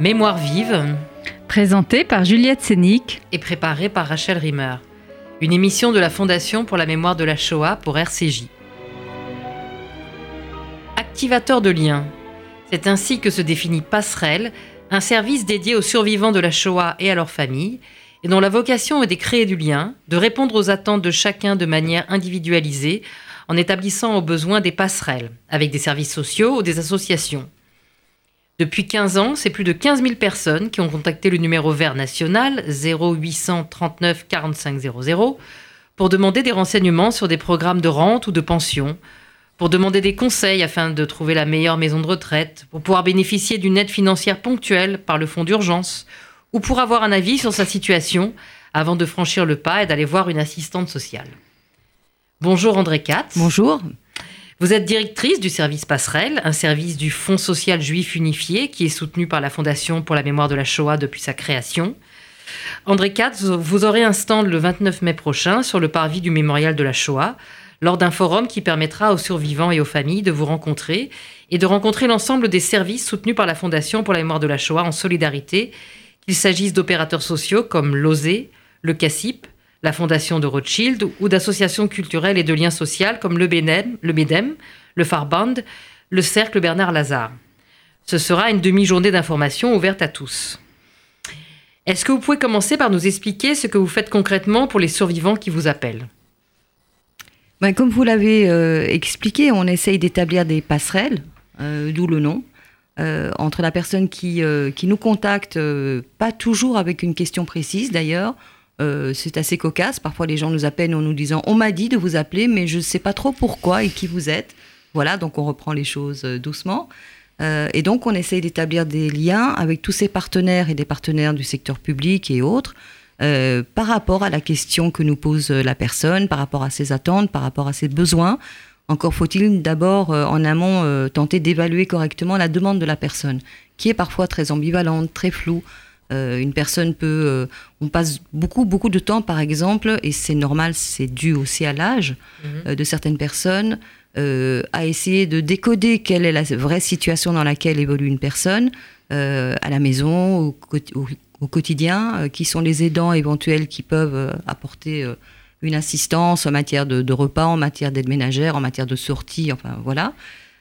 Mémoire vive, présentée par Juliette Sénic et préparée par Rachel Rimmer. Une émission de la Fondation pour la mémoire de la Shoah pour RCJ. Activateur de liens. C'est ainsi que se définit Passerelle, un service dédié aux survivants de la Shoah et à leurs familles, et dont la vocation est de créer du lien, de répondre aux attentes de chacun de manière individualisée, en établissant aux besoins des passerelles, avec des services sociaux ou des associations. Depuis 15 ans, c'est plus de 15 000 personnes qui ont contacté le numéro vert national 0800 39 45 00 pour demander des renseignements sur des programmes de rente ou de pension, pour demander des conseils afin de trouver la meilleure maison de retraite, pour pouvoir bénéficier d'une aide financière ponctuelle par le fonds d'urgence, ou pour avoir un avis sur sa situation avant de franchir le pas et d'aller voir une assistante sociale. Bonjour André Katz. Bonjour. Vous êtes directrice du service Passerelle, un service du Fonds social juif unifié qui est soutenu par la Fondation pour la mémoire de la Shoah depuis sa création. André Katz, vous aurez un stand le 29 mai prochain sur le parvis du mémorial de la Shoah, lors d'un forum qui permettra aux survivants et aux familles de vous rencontrer et de rencontrer l'ensemble des services soutenus par la Fondation pour la mémoire de la Shoah en solidarité, qu'il s'agisse d'opérateurs sociaux comme l'OSE, le CACIP, la Fondation de Rothschild ou d'associations culturelles et de liens sociaux comme le BEDEM, le Farband, le Cercle Bernard Lazare. Ce sera une demi-journée d'information ouverte à tous. Est-ce que vous pouvez commencer par nous expliquer ce que vous faites concrètement pour les survivants qui vous appellent ? Comme vous l'avez expliqué, on essaye d'établir des passerelles, d'où le nom, entre la personne qui nous contacte, pas toujours avec une question précise d'ailleurs. C'est assez cocasse. Parfois, les gens nous appellent en nous disant « On m'a dit de vous appeler, mais je ne sais pas trop pourquoi et qui vous êtes. » Voilà, donc on reprend les choses doucement. Et donc, on essaye d'établir des liens avec tous ces partenaires et des partenaires du secteur public et autres par rapport à la question que nous pose la personne, par rapport à ses attentes, par rapport à ses besoins. Encore faut-il d'abord, en amont, tenter d'évaluer correctement la demande de la personne, qui est parfois très ambivalente, très floue. Une personne peut... on passe beaucoup de temps, par exemple, et c'est normal, c'est dû aussi à l'âge de certaines personnes, à essayer de décoder quelle est la vraie situation dans laquelle évolue une personne, à la maison, au quotidien, qui sont les aidants éventuels qui peuvent apporter une assistance en matière de repas, en matière d'aide ménagère, en matière de sortie, enfin voilà.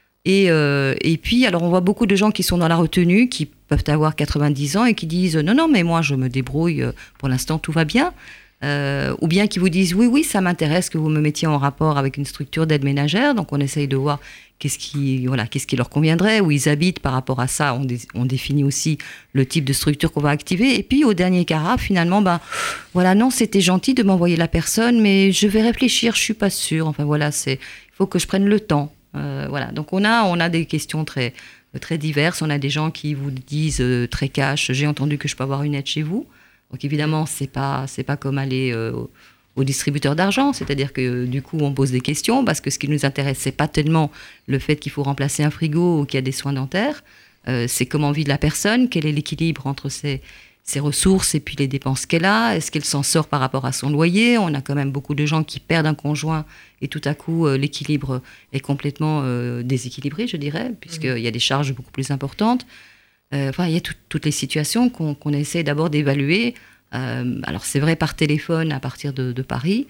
Et puis, alors on voit beaucoup de gens qui sont dans la retenue, qui peuvent avoir 90 ans et qui disent « Non, mais moi je me débrouille, pour l'instant tout va bien ». Ou bien qui vous disent « Oui, ça m'intéresse que vous me mettiez en rapport avec une structure d'aide ménagère ». Donc on essaye de voir qu'est-ce qui leur conviendrait, où ils habitent par rapport à ça. On définit aussi le type de structure qu'on va activer. Et puis au dernier carat, finalement, non, c'était gentil de m'envoyer la personne, mais je vais réfléchir, je suis pas sûre. Enfin voilà, il faut que je prenne le temps. Voilà. Donc on a des questions très diverses. On a des gens qui vous disent très cash, j'ai entendu que je peux avoir une aide chez vous. Donc évidemment, c'est pas comme aller au distributeur d'argent, c'est-à-dire que du coup on pose des questions parce que ce qui nous intéresse, c'est pas tellement le fait qu'il faut remplacer un frigo ou qu'il y a des soins dentaires, c'est comment vit la personne, quel est l'équilibre entre ses ressources et puis les dépenses qu'elle a, est-ce qu'elle s'en sort par rapport à son loyer. On a quand même beaucoup de gens qui perdent un conjoint et tout à coup l'équilibre est complètement déséquilibré, je dirais, puisqu'il y a des charges beaucoup plus importantes. Il y a toutes les situations qu'on essaie d'abord d'évaluer. Alors c'est vrai par téléphone à partir de Paris,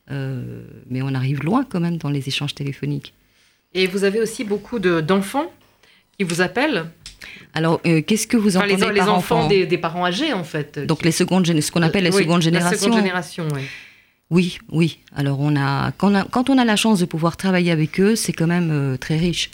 mais on arrive loin quand même dans les échanges téléphoniques. Et vous avez aussi beaucoup d'enfants qui vous appellent ? Alors, qu'est-ce que vous entendez les par enfants des parents âgés, en fait. Donc, ce qu'on appelle les secondes générations. La seconde génération, oui. Oui. Alors, quand on a la chance de pouvoir travailler avec eux, c'est quand même très riche.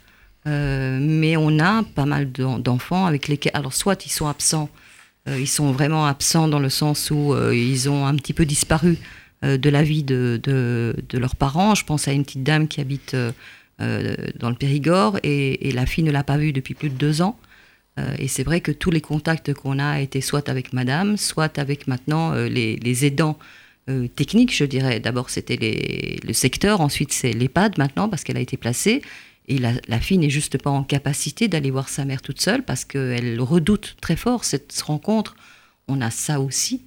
Mais on a pas mal d'enfants avec lesquels... Alors, soit ils sont absents, ils sont vraiment absents dans le sens où ils ont un petit peu disparu de la vie de leurs parents. Je pense à une petite dame qui habite dans le Périgord et la fille ne l'a pas vue depuis plus de 2 ans. Et c'est vrai que tous les contacts qu'on a étaient soit avec madame, soit avec maintenant les aidants techniques, je dirais. D'abord, c'était le secteur, ensuite c'est l'EHPAD maintenant, parce qu'elle a été placée. Et la fille n'est juste pas en capacité d'aller voir sa mère toute seule, parce qu'elle redoute très fort cette rencontre. On a ça aussi.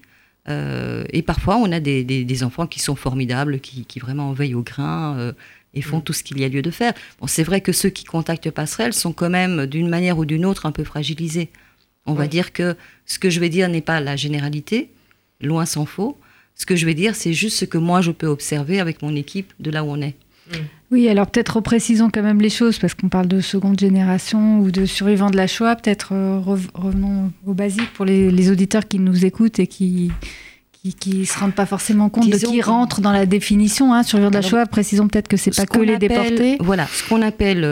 Et parfois, on a des enfants qui sont formidables, qui vraiment veillent au grain et font tout ce qu'il y a lieu de faire. Bon, c'est vrai que ceux qui contactent Passerelle sont quand même, d'une manière ou d'une autre, un peu fragilisés. On va dire que ce que je vais dire n'est pas la généralité, loin s'en faut. Ce que je vais dire, c'est juste ce que moi, je peux observer avec mon équipe de là où on est. Oui, alors peut-être reprécisons quand même les choses, parce qu'on parle de seconde génération ou de survivants de la Shoah. Peut-être revenons au basique pour les auditeurs qui nous écoutent et qui se rendent pas forcément compte de qui rentre dans la définition. Survivants de la Shoah, précisons peut-être que c'est pas que les déportés. Voilà, ce qu'on appelle,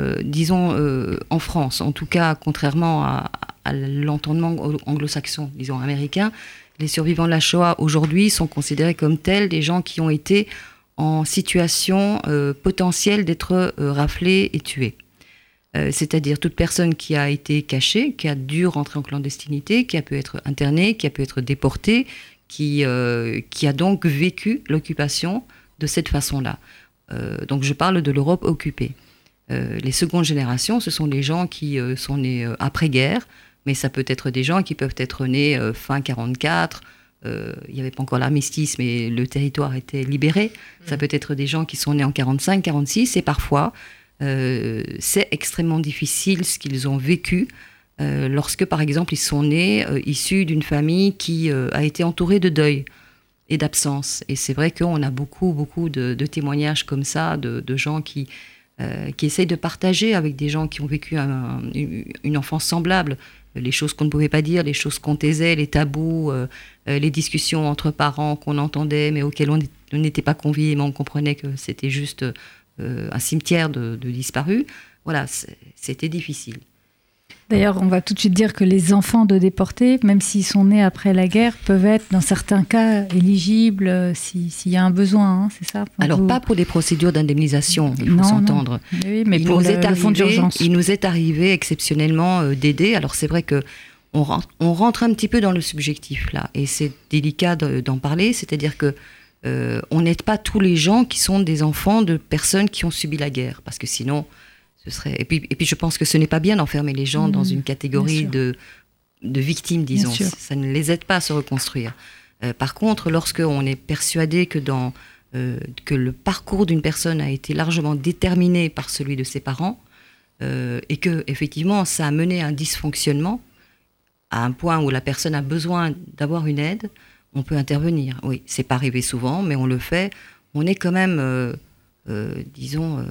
en France, en tout cas, contrairement à l'entendement anglo-saxon, disons américain, les survivants de la Shoah aujourd'hui sont considérés comme tels des gens qui ont été en situation potentielle d'être raflés et tués. C'est-à-dire toute personne qui a été cachée, qui a dû rentrer en clandestinité, qui a pu être internée, qui a pu être déportée, qui a donc vécu l'occupation de cette façon-là. Donc je parle de l'Europe occupée. Les secondes générations, ce sont les gens qui sont nés après-guerre, mais ça peut être des gens qui peuvent être nés fin 1944. Il n'y avait pas encore l'armistice, mais le territoire était libéré. Ça peut être des gens qui sont nés en 1945, 1946, et parfois, c'est extrêmement difficile ce qu'ils ont vécu lorsque, par exemple, ils sont nés issus d'une famille qui a été entourée de deuil et d'absence. Et c'est vrai qu'on a beaucoup de témoignages comme ça, de gens qui essayent de partager avec des gens qui ont vécu une enfance semblable, les choses qu'on ne pouvait pas dire, les choses qu'on taisait, les tabous, les discussions entre parents qu'on entendait, mais auxquelles on n'était pas conviés, mais on comprenait que c'était juste un cimetière de disparus. Voilà, c'était difficile. D'ailleurs, on va tout de suite dire que les enfants de déportés, même s'ils sont nés après la guerre, peuvent être, dans certains cas, éligibles s'il y a un besoin, c'est ça? Alors, pas pour des procédures d'indemnisation, il faut s'entendre. Oui, mais pour le fonds d'urgence. Il nous est arrivé exceptionnellement d'aider. Alors, c'est vrai qu'on rentre un petit peu dans le subjectif, là, et c'est délicat d'en parler, c'est-à-dire que on n'aide pas tous les gens qui sont des enfants de personnes qui ont subi la guerre, parce que sinon... Et puis je pense que ce n'est pas bien d'enfermer les gens dans une catégorie de victimes, disons. Ça ne les aide pas à se reconstruire. Par contre, lorsqu'on est persuadé que le parcours d'une personne a été largement déterminé par celui de ses parents, et que effectivement ça a mené à un dysfonctionnement, à un point où la personne a besoin d'avoir une aide, on peut intervenir. Oui, c'est pas arrivé souvent, mais on le fait. On est quand même, disons...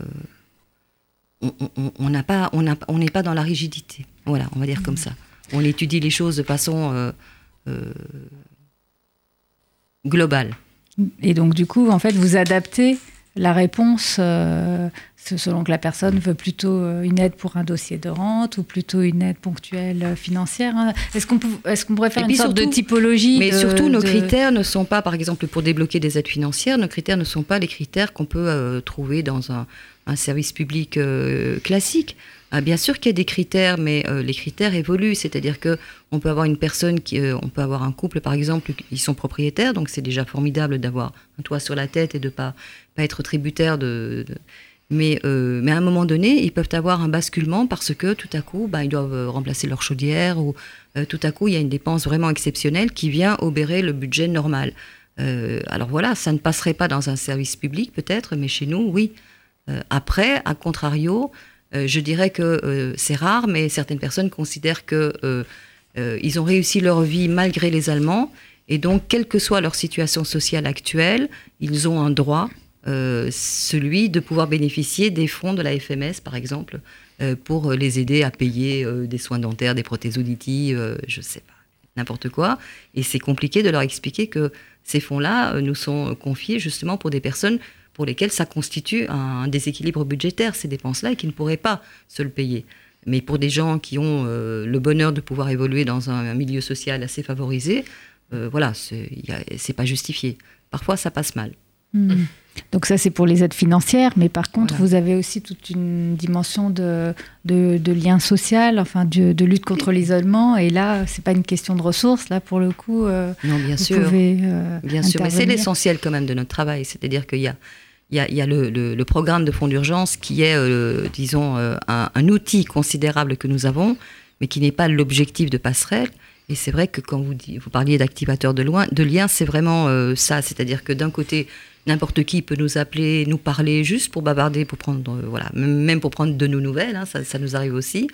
on n'est pas dans la rigidité. Voilà, on va dire comme ça. On étudie les choses de façon globale. Et donc, du coup, en fait, vous adaptez la réponse selon que la personne veut plutôt une aide pour un dossier de rente ou plutôt une aide ponctuelle financière. Est-ce qu'on pourrait faire une sorte de typologie? Mais surtout, nos critères ne sont pas, par exemple, pour débloquer des aides financières, nos critères ne sont pas les critères qu'on peut trouver dans un service public classique. Bien sûr qu'il y a des critères, mais les critères évoluent. C'est-à-dire qu'on peut avoir une personne, on peut avoir un couple, par exemple, ils sont propriétaires, donc c'est déjà formidable d'avoir un toit sur la tête et de pas être tributaire Mais à un moment donné, ils peuvent avoir un basculement parce que tout à coup, ils doivent remplacer leur chaudière ou tout à coup, il y a une dépense vraiment exceptionnelle qui vient obérer le budget normal. Alors voilà, ça ne passerait pas dans un service public peut-être, mais chez nous, oui. Après, à contrario, je dirais que c'est rare, mais certaines personnes considèrent qu'ils ont réussi leur vie malgré les Allemands, et donc, quelle que soit leur situation sociale actuelle, ils ont un droit, celui de pouvoir bénéficier des fonds de la FMS, par exemple, pour les aider à payer des soins dentaires, des prothèses auditives, je ne sais pas, n'importe quoi. Et c'est compliqué de leur expliquer que ces fonds-là nous sont confiés justement pour des personnes pour lesquels ça constitue un déséquilibre budgétaire, ces dépenses-là, et qui ne pourraient pas se le payer. Mais pour des gens qui ont le bonheur de pouvoir évoluer dans un milieu social assez favorisé, voilà, c'est pas justifié. Parfois, ça passe mal. Donc ça, c'est pour les aides financières, mais par contre, vous avez aussi toute une dimension de lien social, enfin de lutte contre l'isolement, et là, c'est pas une question de ressources, là, pour le coup, non, bien sûr. Pouvez bien sûr, mais c'est l'essentiel quand même de notre travail, c'est-à-dire qu'il y a le programme de fonds d'urgence qui est, disons, un outil considérable que nous avons, mais qui n'est pas l'objectif de Passerelle. Et c'est vrai que quand vous parliez d'activateurs de liens, c'est vraiment ça. C'est-à-dire que d'un côté, n'importe qui peut nous appeler, nous parler juste pour bavarder, pour prendre, voilà, même pour prendre de nos nouvelles, hein, ça nous arrive aussi.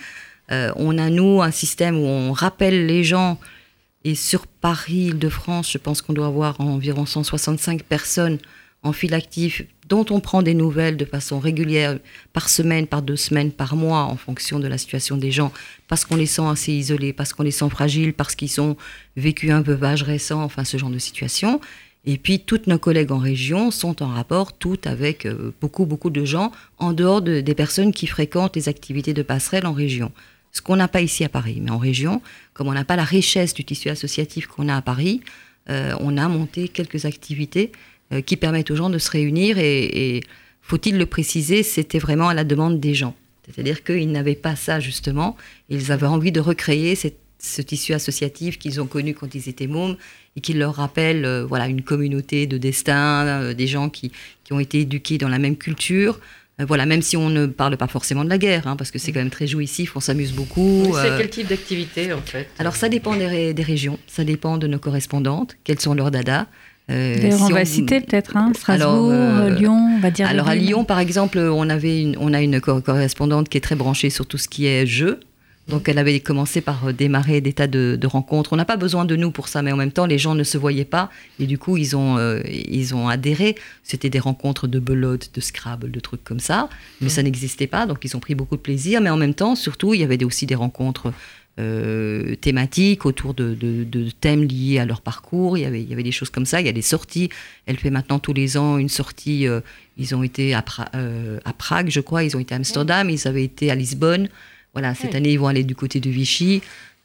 On a, nous, un système où on rappelle les gens. Et sur Paris, Île-de-France, je pense qu'on doit avoir environ 165 personnes en file active dont on prend des nouvelles de façon régulière, par semaine, par 2 semaines, par mois, en fonction de la situation des gens, parce qu'on les sent assez isolés, parce qu'on les sent fragiles, parce qu'ils ont vécu un veuvage récent, enfin ce genre de situation. Et puis, toutes nos collègues en région sont en rapport, toutes avec beaucoup de gens, en dehors des personnes qui fréquentent les activités de passerelle en région. Ce qu'on n'a pas ici à Paris, mais en région, comme on n'a pas la richesse du tissu associatif qu'on a à Paris, on a monté quelques activités qui permettent aux gens de se réunir et faut-il le préciser, c'était vraiment à la demande des gens. C'est-à-dire qu'ils n'avaient pas ça justement, ils avaient envie de recréer ce tissu associatif qu'ils ont connu quand ils étaient mômes et qui leur rappelle une communauté de destin, des gens qui ont été éduqués dans la même culture. Même si on ne parle pas forcément de la guerre, parce que c'est quand même très jouissif, on s'amuse beaucoup. C'est quel type d'activité, en fait? Alors, ça dépend des régions, ça dépend de nos correspondantes, quels sont leurs dadas. D'ailleurs, on va citer peut-être, Strasbourg, Lyon, on va dire. Alors, à Lyon, par exemple, on a une correspondante qui est très branchée sur tout ce qui est jeu. Donc, elle avait commencé par démarrer des tas de rencontres. On n'a pas besoin de nous pour ça, mais en même temps, les gens ne se voyaient pas. Et du coup, ils ont adhéré. C'était des rencontres de belote, de Scrabble, de trucs comme ça. Mais ça n'existait pas, donc ils ont pris beaucoup de plaisir. Mais en même temps, surtout, il y avait aussi des rencontres thématiques autour de thèmes liés à leur parcours. Il y avait des choses comme ça. Il y a des sorties. Elle fait maintenant tous les ans une sortie. Ils ont été à Prague, je crois. Ils ont été à Amsterdam. Ils avaient été à Lisbonne. Voilà, cette année, ils vont aller du côté de Vichy.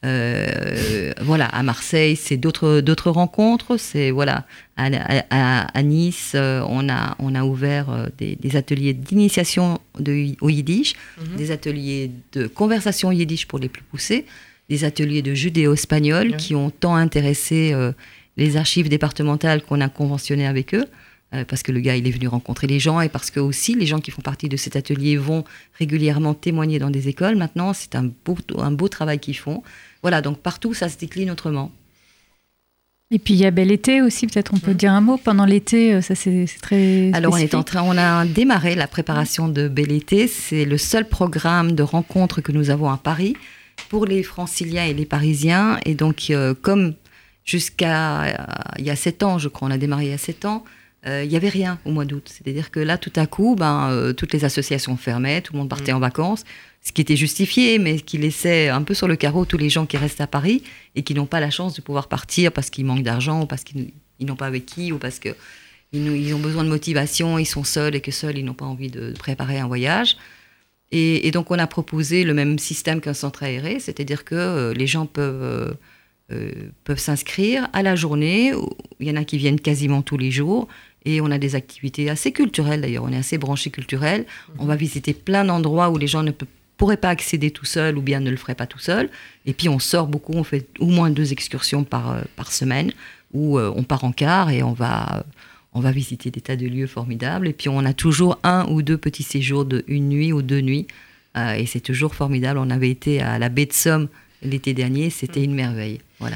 À Marseille, c'est d'autres rencontres. C'est à Nice, on a ouvert des ateliers d'initiation au yiddish, des ateliers de conversation yiddish pour les plus poussés, des ateliers de judéo-espagnol qui ont tant intéressé les archives départementales qu'on a conventionné avec eux. Parce que le gars, il est venu rencontrer les gens et parce que aussi les gens qui font partie de cet atelier vont régulièrement témoigner dans des écoles. Maintenant, c'est un beau travail qu'ils font. Voilà, donc partout, ça se décline autrement. Et puis, il y a Bel Été aussi, peut-être on peut dire un mot. Pendant l'été, ça c'est très Alors, spécifique. on a démarré la préparation de Bel Été. C'est le seul programme de rencontre que nous avons à Paris pour les franciliens et les parisiens. Et donc, comme jusqu'à il y a 7 ans, je crois, on a démarré il y a 7 ans, il n'y avait rien au mois d'août. C'est-à-dire que là, tout à coup, toutes les associations fermaient, tout le monde partait en vacances, ce qui était justifié, mais qui laissait un peu sur le carreau tous les gens qui restent à Paris et qui n'ont pas la chance de pouvoir partir parce qu'ils manquent d'argent ou parce qu'ils n'ont pas avec qui ou parce qu'ils ont besoin de motivation, ils sont seuls et que seuls, ils n'ont pas envie de préparer un voyage. Et donc, on a proposé le même système qu'un centre aéré, c'est-à-dire que les gens peuvent s'inscrire à la journée. Il y en a qui viennent quasiment tous les jours. Et on a des activités assez culturelles, d'ailleurs. On est assez branché culturel. On va visiter plein d'endroits où les gens ne pourraient pas accéder tout seuls ou bien ne le feraient pas tout seuls. Et puis, on sort beaucoup. On fait au moins 2 excursions par semaine où on part en car et on va visiter des tas de lieux formidables. Et puis, on a toujours 1 ou 2 petits séjours de 1 nuit ou 2 nuits. Et c'est toujours formidable. On avait été à la baie de Somme l'été dernier. C'était une merveille. Voilà.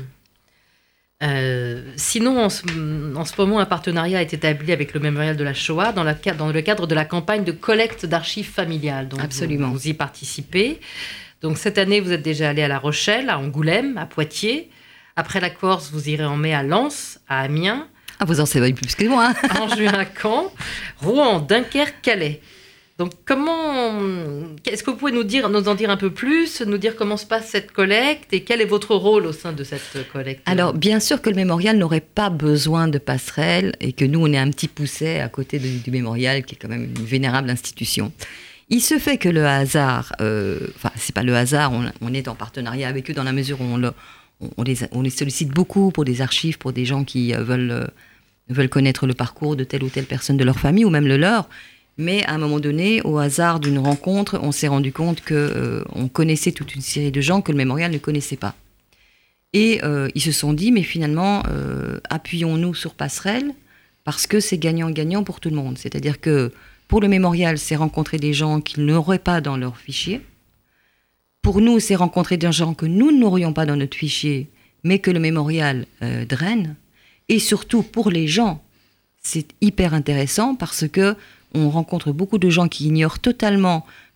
Sinon, en ce moment, un partenariat est établi avec le Mémorial de la Shoah dans le cadre de la campagne de collecte d'archives familiales. Donc absolument. Vous y participez. Donc cette année, vous êtes déjà allé à La Rochelle, à Angoulême, à Poitiers. Après la Corse, vous irez en mai à Lens, à Amiens. Ah, vous en savez plus que moi. En juin à Caen, Rouen, Dunkerque, Calais. Donc, est-ce que vous pouvez nous en dire un peu plus, nous dire comment se passe cette collecte et quel est votre rôle au sein de cette collecte? Alors, bien sûr que le mémorial n'aurait pas besoin de passerelle et que nous, on est un petit pousset à côté du mémorial, qui est quand même une vénérable institution. Il se fait que le hasard, c'est pas le hasard, on est en partenariat avec eux dans la mesure où on les sollicite beaucoup pour des archives, pour des gens qui veulent connaître le parcours de telle ou telle personne de leur famille ou même le leur. Mais à un moment donné, au hasard d'une rencontre, on s'est rendu compte qu'on connaissait toute une série de gens que le mémorial ne connaissait pas. Et ils se sont dit, mais finalement, appuyons-nous sur Passerelle, parce que c'est gagnant-gagnant pour tout le monde. C'est-à-dire que pour le mémorial, c'est rencontrer des gens qu'ils n'auraient pas dans leur fichier. Pour nous, c'est rencontrer des gens que nous n'aurions pas dans notre fichier, mais que le mémorial draine. Et surtout, pour les gens, c'est hyper intéressant parce que on rencontre beaucoup de gens qui ignorent totalement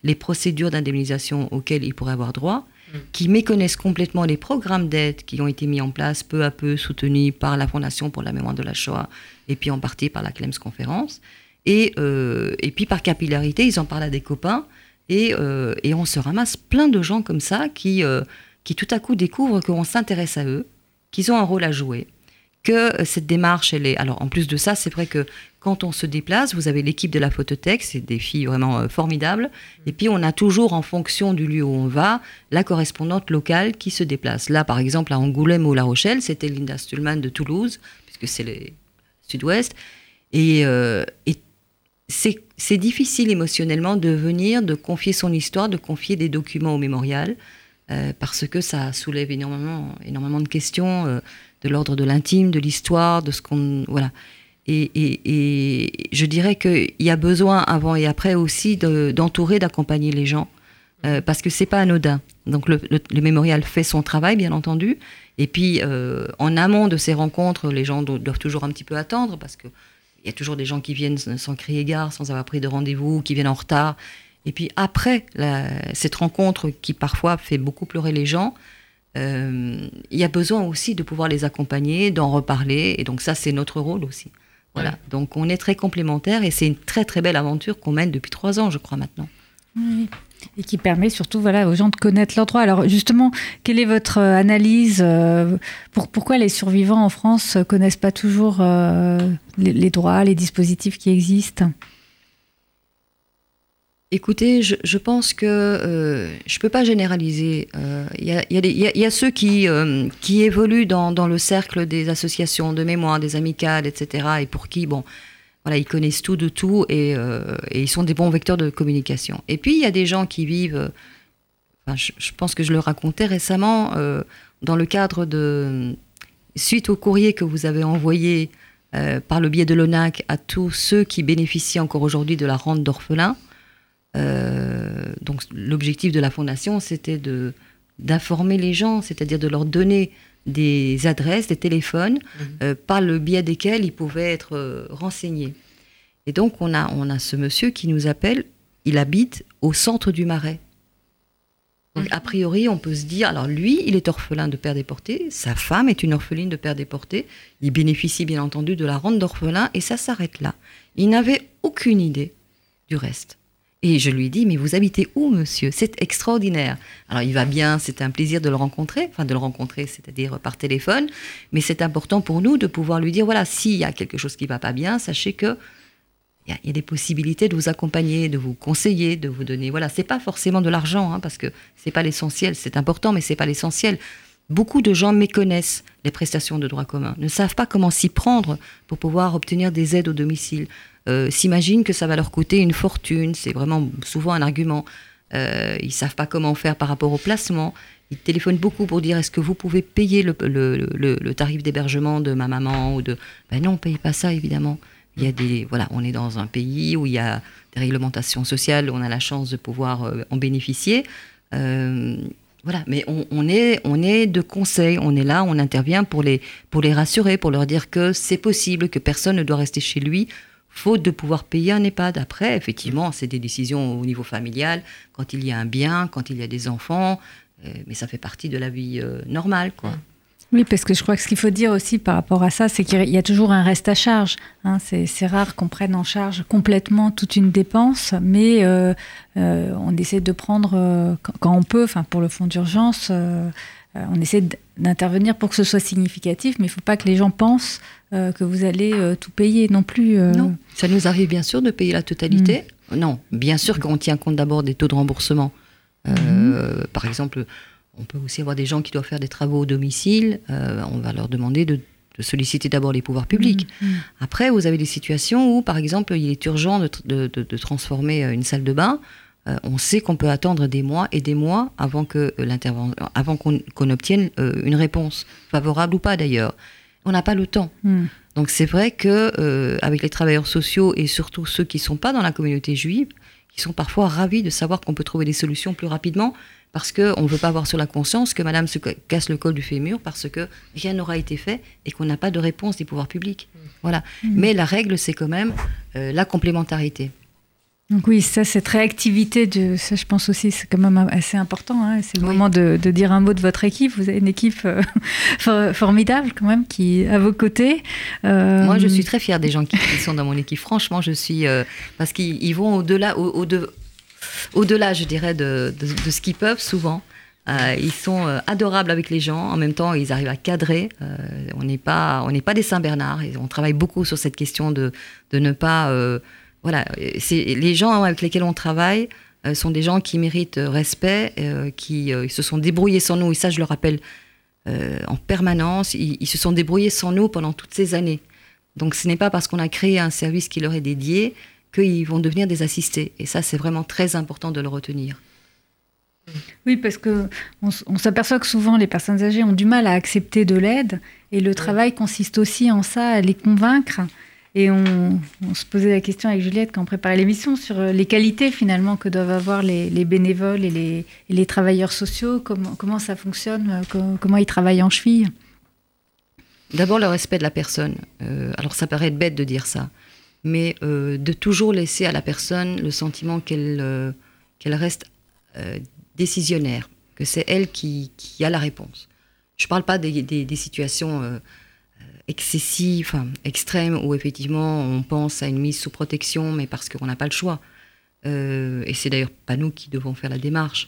les procédures d'indemnisation auxquelles ils pourraient avoir droit, qui méconnaissent complètement les programmes d'aide qui ont été mis en place peu à peu, soutenus par la Fondation pour la mémoire de la Shoah, et puis en partie par la Clems Conférence. Et puis par capillarité, ils en parlent à des copains, et on se ramasse plein de gens comme ça qui tout à coup découvrent qu'on s'intéresse à eux, qu'ils ont un rôle à jouer, que cette démarche, elle est... Alors en plus de ça, c'est vrai que quand on se déplace, vous avez l'équipe de la photothèque, c'est des filles vraiment formidables, et puis on a toujours, en fonction du lieu où on va, la correspondante locale qui se déplace. Là, par exemple, à Angoulême ou La Rochelle, c'était Linda Stulman de Toulouse, puisque c'est le sud-ouest, et c'est difficile émotionnellement de venir, de confier son histoire, de confier des documents au mémorial, parce que ça soulève énormément de questions de l'ordre de l'intime, de l'histoire, de ce qu'on... Voilà. Et je dirais qu'il y a besoin, avant et après aussi, d'entourer, d'accompagner les gens, parce que c'est pas anodin. Donc le mémorial fait son travail, bien entendu, et puis en amont de ces rencontres, les gens doivent toujours un petit peu attendre, parce que il y a toujours des gens qui viennent sans crier gare, sans avoir pris de rendez-vous, qui viennent en retard. Et puis après cette rencontre qui parfois fait beaucoup pleurer les gens, il y a besoin aussi de pouvoir les accompagner, d'en reparler. Et donc ça, c'est notre rôle aussi. Voilà. Ouais. Donc on est très complémentaires et c'est une très très belle aventure qu'on mène depuis 3 ans, je crois, maintenant. Oui. Et qui permet surtout aux gens de connaître leurs droits. Alors justement, quelle est votre analyse pourquoi les survivants en France ne connaissent pas toujours les droits, les dispositifs qui existent ? Écoutez, je pense que je ne peux pas généraliser. Il y a ceux qui évoluent dans le cercle des associations de mémoire, des amicales, etc. et pour qui, voilà, ils connaissent tout de tout et ils sont des bons vecteurs de communication. Et puis, il y a des gens qui vivent... je pense que je le racontais récemment, dans le cadre suite au courrier que vous avez envoyé par le biais de l'ONAC à tous ceux qui bénéficient encore aujourd'hui de la rente d'orphelins. Donc, l'objectif de la Fondation, c'était d'informer les gens, c'est-à-dire de leur donner des adresses, des téléphones, par le biais desquels ils pouvaient être renseignés. Et donc, on a ce monsieur qui nous appelle, il habite au centre du Marais. Donc, a priori, on peut se dire, alors lui, il est orphelin de père déporté, sa femme est une orpheline de père déporté, il bénéficie bien entendu de la rente d'orphelin, et ça s'arrête là. Il n'avait aucune idée du reste. Et je lui dis, mais vous habitez où, monsieur ? C'est extraordinaire. Alors, il va bien, c'est un plaisir de le rencontrer, c'est-à-dire par téléphone, mais c'est important pour nous de pouvoir lui dire, voilà, s'il y a quelque chose qui ne va pas bien, sachez que il y a des possibilités de vous accompagner, de vous conseiller, de vous donner... Voilà, c'est pas forcément de l'argent, parce que c'est pas l'essentiel, c'est important, mais c'est pas l'essentiel. Beaucoup de gens méconnaissent les prestations de droit commun, ne savent pas comment s'y prendre pour pouvoir obtenir des aides au domicile. S'imaginent que ça va leur coûter une fortune, c'est vraiment souvent un argument. Ils ne savent pas comment faire par rapport au placement. Ils téléphonent beaucoup pour dire est-ce que vous pouvez payer le tarif d'hébergement de ma maman ou de... Ben non, on ne paye pas ça évidemment. Il y a voilà, on est dans un pays où il y a des réglementations sociales, on a la chance de pouvoir en bénéficier. Voilà, mais on est de conseil, on est là, on intervient pour les rassurer, pour leur dire que c'est possible, que personne ne doit rester chez lui faute de pouvoir payer un EHPAD. Après, effectivement, c'est des décisions au niveau familial, quand il y a un bien, quand il y a des enfants, mais ça fait partie de la vie normale, quoi. Oui, parce que je crois que ce qu'il faut dire aussi par rapport à ça, c'est qu'il y a toujours un reste à charge. C'est rare qu'on prenne en charge complètement toute une dépense, mais on essaie de prendre, quand on peut, pour le fonds d'urgence, on essaie d'intervenir pour que ce soit significatif, mais il ne faut pas que les gens pensent que vous allez tout payer non plus. Non, ça nous arrive bien sûr de payer la totalité. Non, bien sûr qu'on tient compte d'abord des taux de remboursement. Par exemple, on peut aussi avoir des gens qui doivent faire des travaux au domicile. On va leur demander de solliciter d'abord les pouvoirs publics. Après, vous avez des situations où, par exemple, il est urgent de transformer une salle de bain. On sait qu'on peut attendre des mois et des mois avant qu'on obtienne une réponse, favorable ou pas d'ailleurs. On n'a pas le temps. Donc c'est vrai que avec les travailleurs sociaux et surtout ceux qui ne sont pas dans la communauté juive, qui sont parfois ravis de savoir qu'on peut trouver des solutions plus rapidement, parce qu'on ne veut pas avoir sur la conscience que madame se casse le col du fémur parce que rien n'aura été fait et qu'on n'a pas de réponse des pouvoirs publics. Voilà. Mais la règle, c'est quand même la complémentarité. Donc oui, ça, cette réactivité, ça je pense aussi, c'est quand même assez important. Hein. C'est le moment de dire un mot de votre équipe. Vous avez une équipe formidable quand même qui est à vos côtés. Moi, je suis très fière des gens qui sont dans mon équipe. Franchement, je suis... parce qu'ils vont au-delà, je dirais, de ce qu'ils peuvent souvent. Ils sont adorables avec les gens. En même temps, ils arrivent à cadrer. On n'est pas des Saint-Bernard. On travaille beaucoup sur cette question de ne pas... Voilà, les gens avec lesquels on travaille sont des gens qui méritent respect, qui se sont débrouillés sans nous, et ça je le rappelle en permanence, ils se sont débrouillés sans nous pendant toutes ces années. Donc ce n'est pas parce qu'on a créé un service qui leur est dédié qu'ils vont devenir des assistés, et ça c'est vraiment très important de le retenir. Oui, parce qu'on s'aperçoit que souvent les personnes âgées ont du mal à accepter de l'aide, et le travail consiste aussi en ça, à les convaincre. Et on se posait la question avec Juliette quand on préparait l'émission sur les qualités finalement que doivent avoir les bénévoles et les travailleurs sociaux, comment ça fonctionne, comment ils travaillent en cheville. D'abord le respect de la personne. Alors ça paraît bête de dire ça, mais de toujours laisser à la personne le sentiment qu'elle reste décisionnaire, que c'est elle qui a la réponse. Je ne parle pas des situations... excessif, extrême, où effectivement on pense à une mise sous protection, mais parce qu'on n'a pas le choix. Et c'est d'ailleurs pas nous qui devons faire la démarche.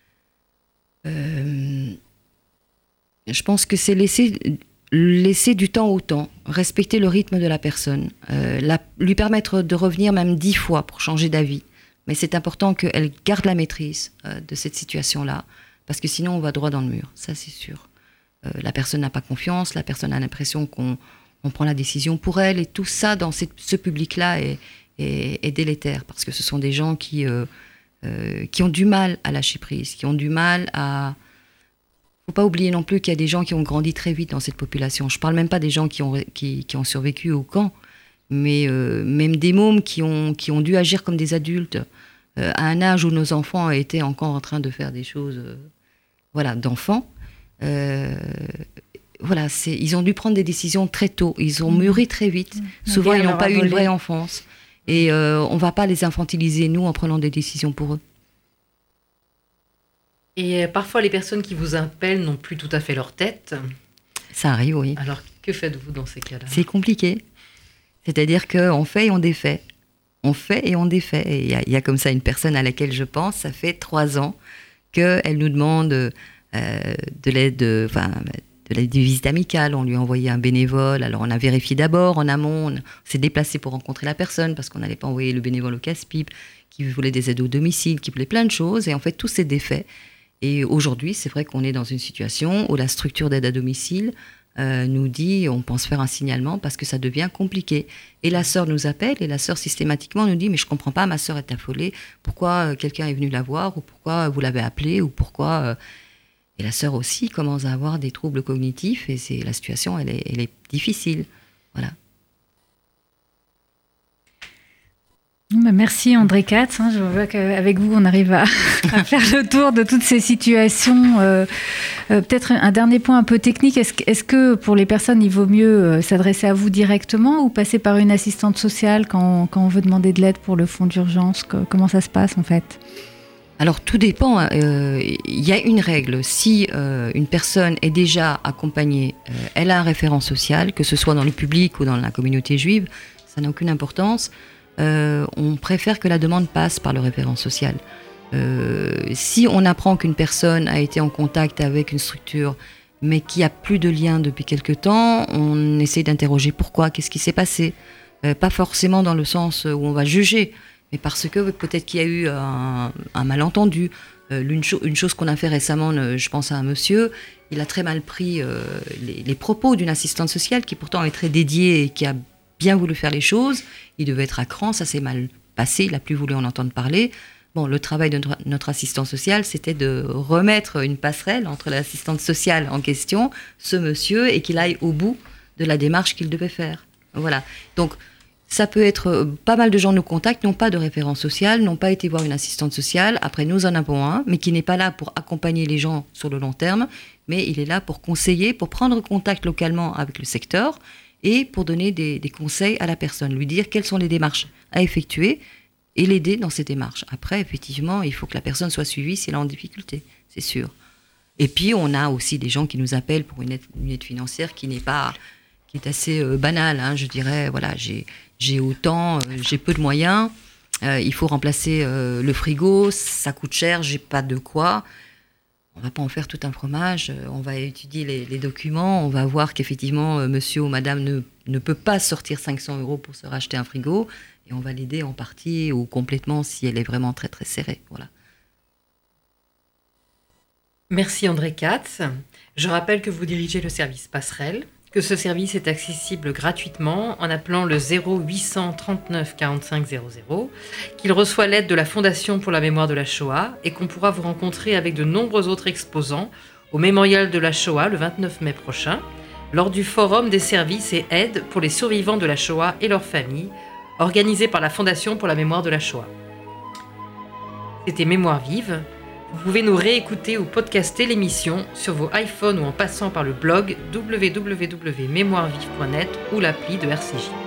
Je pense que c'est laisser du temps au temps, respecter le rythme de la personne, lui permettre de revenir même 10 fois pour changer d'avis. Mais c'est important qu'elle garde la maîtrise de cette situation-là, parce que sinon on va droit dans le mur, ça c'est sûr. La personne n'a pas confiance, la personne a l'impression qu'on prend la décision pour elle, et tout ça dans ce public-là est délétère, parce que ce sont des gens qui ont du mal à lâcher prise, qui ont du mal à... Il ne faut pas oublier non plus qu'il y a des gens qui ont grandi très vite dans cette population. Je ne parle même pas des gens qui ont survécu au camp, mais même des mômes qui ont dû agir comme des adultes à un âge où nos enfants étaient encore en train de faire des choses d'enfants. Ils ont dû prendre des décisions très tôt, ils ont mûri très vite. Souvent, ils n'ont pas eu une vraie enfance. Et on ne va pas les infantiliser, nous, en prenant des décisions pour eux. Et parfois, les personnes qui vous appellent n'ont plus tout à fait leur tête. Ça arrive, oui. Alors, que faites-vous dans ces cas-là ? C'est compliqué. C'est-à-dire qu'on fait et on défait. On fait et on défait. Et il y a comme ça une personne à laquelle je pense, ça fait 3 ans qu'elle nous demande... de l'aide de visite amicale. On lui a envoyé un bénévole. Alors on a vérifié d'abord en amont, on s'est déplacé pour rencontrer la personne parce qu'on n'allait pas envoyer le bénévole au casse-pipe, qui voulait des aides au domicile, qui voulait plein de choses, et en fait tout s'est défait. Et aujourd'hui, c'est vrai qu'on est dans une situation où la structure d'aide à domicile nous dit, on pense faire un signalement parce que ça devient compliqué. Et la sœur nous appelle, et la sœur systématiquement nous dit, mais je comprends pas, ma sœur est affolée, pourquoi quelqu'un est venu la voir, ou pourquoi vous l'avez appelée, ou pourquoi... Et la sœur aussi commence à avoir des troubles cognitifs, et la situation, elle est difficile. Voilà. Merci André Katz. Je vois qu'avec vous, on arrive à faire le tour de toutes ces situations. Peut-être un dernier point un peu technique. Est-ce que pour les personnes, il vaut mieux s'adresser à vous directement ou passer par une assistante sociale quand on veut demander de l'aide pour le fonds d'urgence ? Comment ça se passe en fait ? Alors tout dépend, il y a une règle, si une personne est déjà accompagnée, elle a un référent social, que ce soit dans le public ou dans la communauté juive, ça n'a aucune importance, on préfère que la demande passe par le référent social. Si on apprend qu'une personne a été en contact avec une structure, mais qui a plus de lien depuis quelque temps, on essaie d'interroger pourquoi, qu'est-ce qui s'est passé, pas forcément dans le sens où on va juger, mais parce que peut-être qu'il y a eu un malentendu. Une chose qu'on a fait récemment, je pense à un monsieur, il a très mal pris les propos d'une assistante sociale qui pourtant est très dédiée et qui a bien voulu faire les choses. Il devait être à cran, ça s'est mal passé, il n'a plus voulu en entendre parler. Bon, le travail de notre assistante sociale, c'était de remettre une passerelle entre l'assistante sociale en question, ce monsieur, et qu'il aille au bout de la démarche qu'il devait faire. Voilà. Donc, ça peut être, pas mal de gens nous contactent, n'ont pas de référent social, n'ont pas été voir une assistante sociale. Après, nous en avons un, mais qui n'est pas là pour accompagner les gens sur le long terme, mais il est là pour conseiller, pour prendre contact localement avec le secteur et pour donner des conseils à la personne, lui dire quelles sont les démarches à effectuer et l'aider dans ses démarches. Après, effectivement, il faut que la personne soit suivie si elle est en difficulté, c'est sûr. Et puis, on a aussi des gens qui nous appellent pour une aide financière qui est assez banale. Hein, je dirais, voilà, j'ai peu de moyens, il faut remplacer le frigo, ça coûte cher, j'ai pas de quoi. On va pas en faire tout un fromage, on va étudier les documents, on va voir qu'effectivement, monsieur ou madame ne peut pas sortir 500 € pour se racheter un frigo, et on va l'aider en partie ou complètement si elle est vraiment très très serrée. Voilà. Merci André Katz. Je rappelle que vous dirigez le service Passerelle, que ce service est accessible gratuitement en appelant le 0800 39 45 00, qu'il reçoit l'aide de la Fondation pour la mémoire de la Shoah et qu'on pourra vous rencontrer avec de nombreux autres exposants au Mémorial de la Shoah le 29 mai prochain, lors du Forum des services et aides pour les survivants de la Shoah et leurs familles, organisé par la Fondation pour la mémoire de la Shoah. C'était Mémoire vive. Vous pouvez nous réécouter ou podcaster l'émission sur vos iPhones ou en passant par le blog www.mémoirevive.net ou l'appli de RCJ.